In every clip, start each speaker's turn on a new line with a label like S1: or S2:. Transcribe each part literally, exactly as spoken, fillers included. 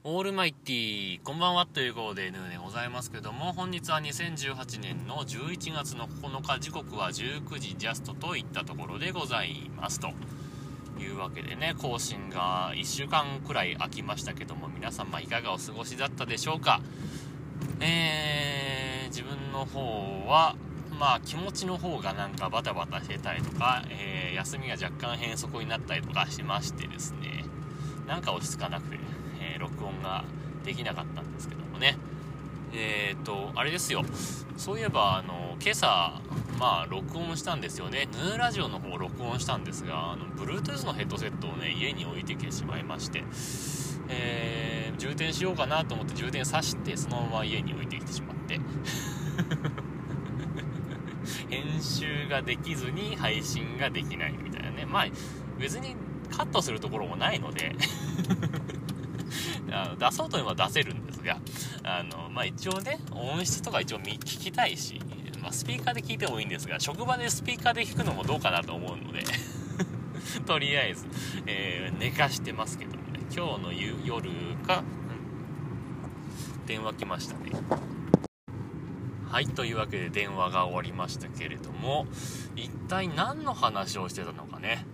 S1: オールマイティーこんばんはということでヌーでございますけども、本日はにせんじゅうはちねんのじゅういちがつのここのか、時刻はじゅうくじジャストといったところでございますというわけでね、更新がいっしゅうかんくらい空きましたけども、皆様いかがお過ごしだったでしょうか。えー、自分の方はまあ気持ちの方がなんかバタバタしてたりとか、えー、休みが若干変則になったりとかしましてですね、なんか落ち着かなくて、えー、録音ができなかったんですけどもね。えーとあれですよ、そういえばあの今朝まあ録音したんですよね。ヌーラジオの方を録音したんですが、あの Bluetooth のヘッドセットをね家に置いてきてしまいまして、えー、充電しようかなと思って充電さしてそのまま家に置いてきてしまって編集ができずに配信ができないみたいなね。まあ別にカットするところもないのであの出そうと思えば出せるんですが、あの、まあ、一応ね音質とか一応聞きたいし、まあ、スピーカーで聞いてもいいんですが、職場でスピーカーで聞くのもどうかなと思うのでとりあえず、えー、寝かしてますけどもね、今日の夜か、うん、電話来ましたね。はい、というわけで電話が終わりましたけれども、一体何の話をしてたのかね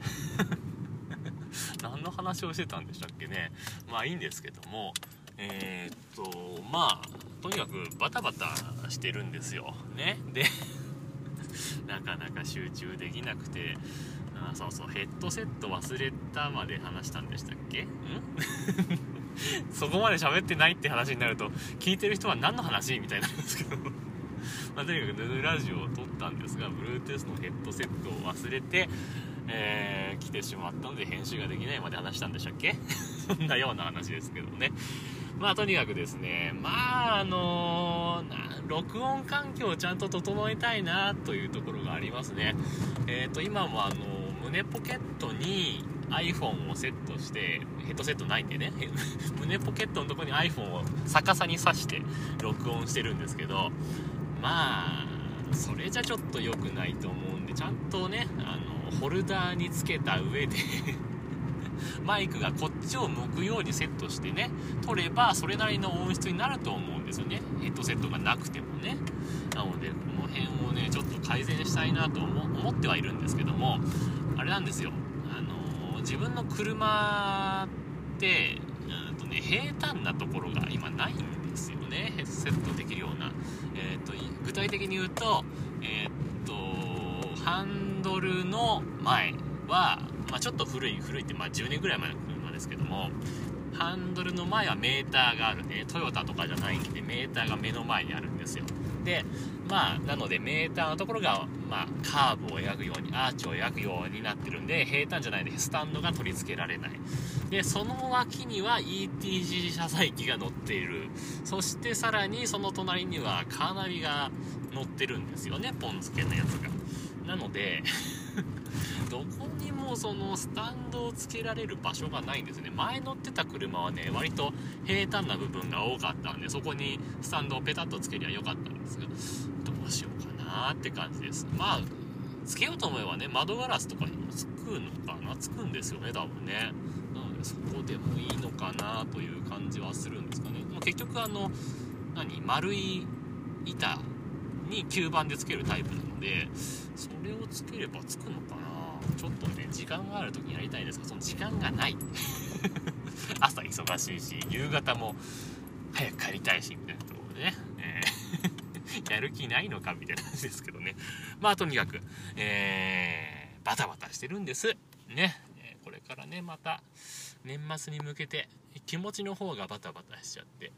S1: 何の話をしてたんでしたっけね。まあいいんですけども、えー、っとまあとにかくバタバタしてるんですよね。でなかなか集中できなくて、あ、そうそう、ヘッドセット忘れたまで話したんでしたっけんそこまで喋ってないって話になると聞いてる人は何の話みたいになるんですけどまあとにかくヌーラジオを撮ったんですが、 Bluetooth のヘッドセットを忘れてえー、来てしまったので編集ができないまで話したんでしたっけそんなような話ですけどね。まあとにかくですね、まああのー、録音環境をちゃんと整えたいなというところがありますね。えーと今もあの胸ポケットに iPhone をセットして、ヘッドセットないんでね胸ポケットのところに iPhone を逆さに挿して録音してるんですけど、まあそれじゃちょっと良くないと思うんで、ちゃんとねあのホルダーにつけた上でマイクがこっちを向くようにセットしてね撮れば、それなりの音質になると思うんですよね、ヘッドセットがなくてもね。なのでこの辺をねちょっと改善したいなと思ってはいるんですけども、あれなんですよ、あの自分の車ってうんとね平坦なところが今ないんですよね、ヘッドセットできるような。えーと具体的に言うと、えーっとハンドルの前は、まあ、ちょっと古い古いって、まあ、じゅうねんぐらい前の車ですけども、ハンドルの前はメーターがあるね、トヨタとかじゃないんでメーターが目の前にあるんですよ。でまあなのでメーターのところが、まあ、カーブを描くようにアーチを描くようになってるんで、平坦じゃないでスタンドが取り付けられない。でその脇には イーティージー 車載機が乗っている。そしてさらにその隣にはカーナビが乗ってるんですよね、ポン付けのやつが。なのでどこにもそのスタンドをつけられる場所がないんですね。前乗ってた車はね割と平坦な部分が多かったんで、そこにスタンドをペタッとつけりゃよかったんですが、どうしようかなって感じです。まあつけようと思えばね窓ガラスとかにもつくのかな、つくんですよね多分ね。なのでそこでもいいのかなという感じはするんですかね。まあ、結局あの何丸い板に吸盤でつけるタイプなので、それをつければつくのかな。ちょっとね時間がある時にやりたいんですが、その時間がない朝忙しいし夕方も早く帰りたいしみたいなところでね、えー、やる気ないのかみたいな感じですけどね。まあとにかく、えー、バタバタしてるんですね。えー、これからねまた年末に向けて気持ちの方がバタバタしちゃって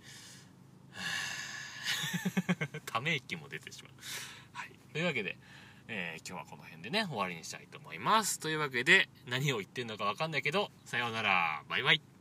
S1: ため息も出てしまう。はい、というわけで、えー、今日はこの辺でね終わりにしたいと思います。というわけで何を言ってるのか分かんないけど、さようなら、バイバイ。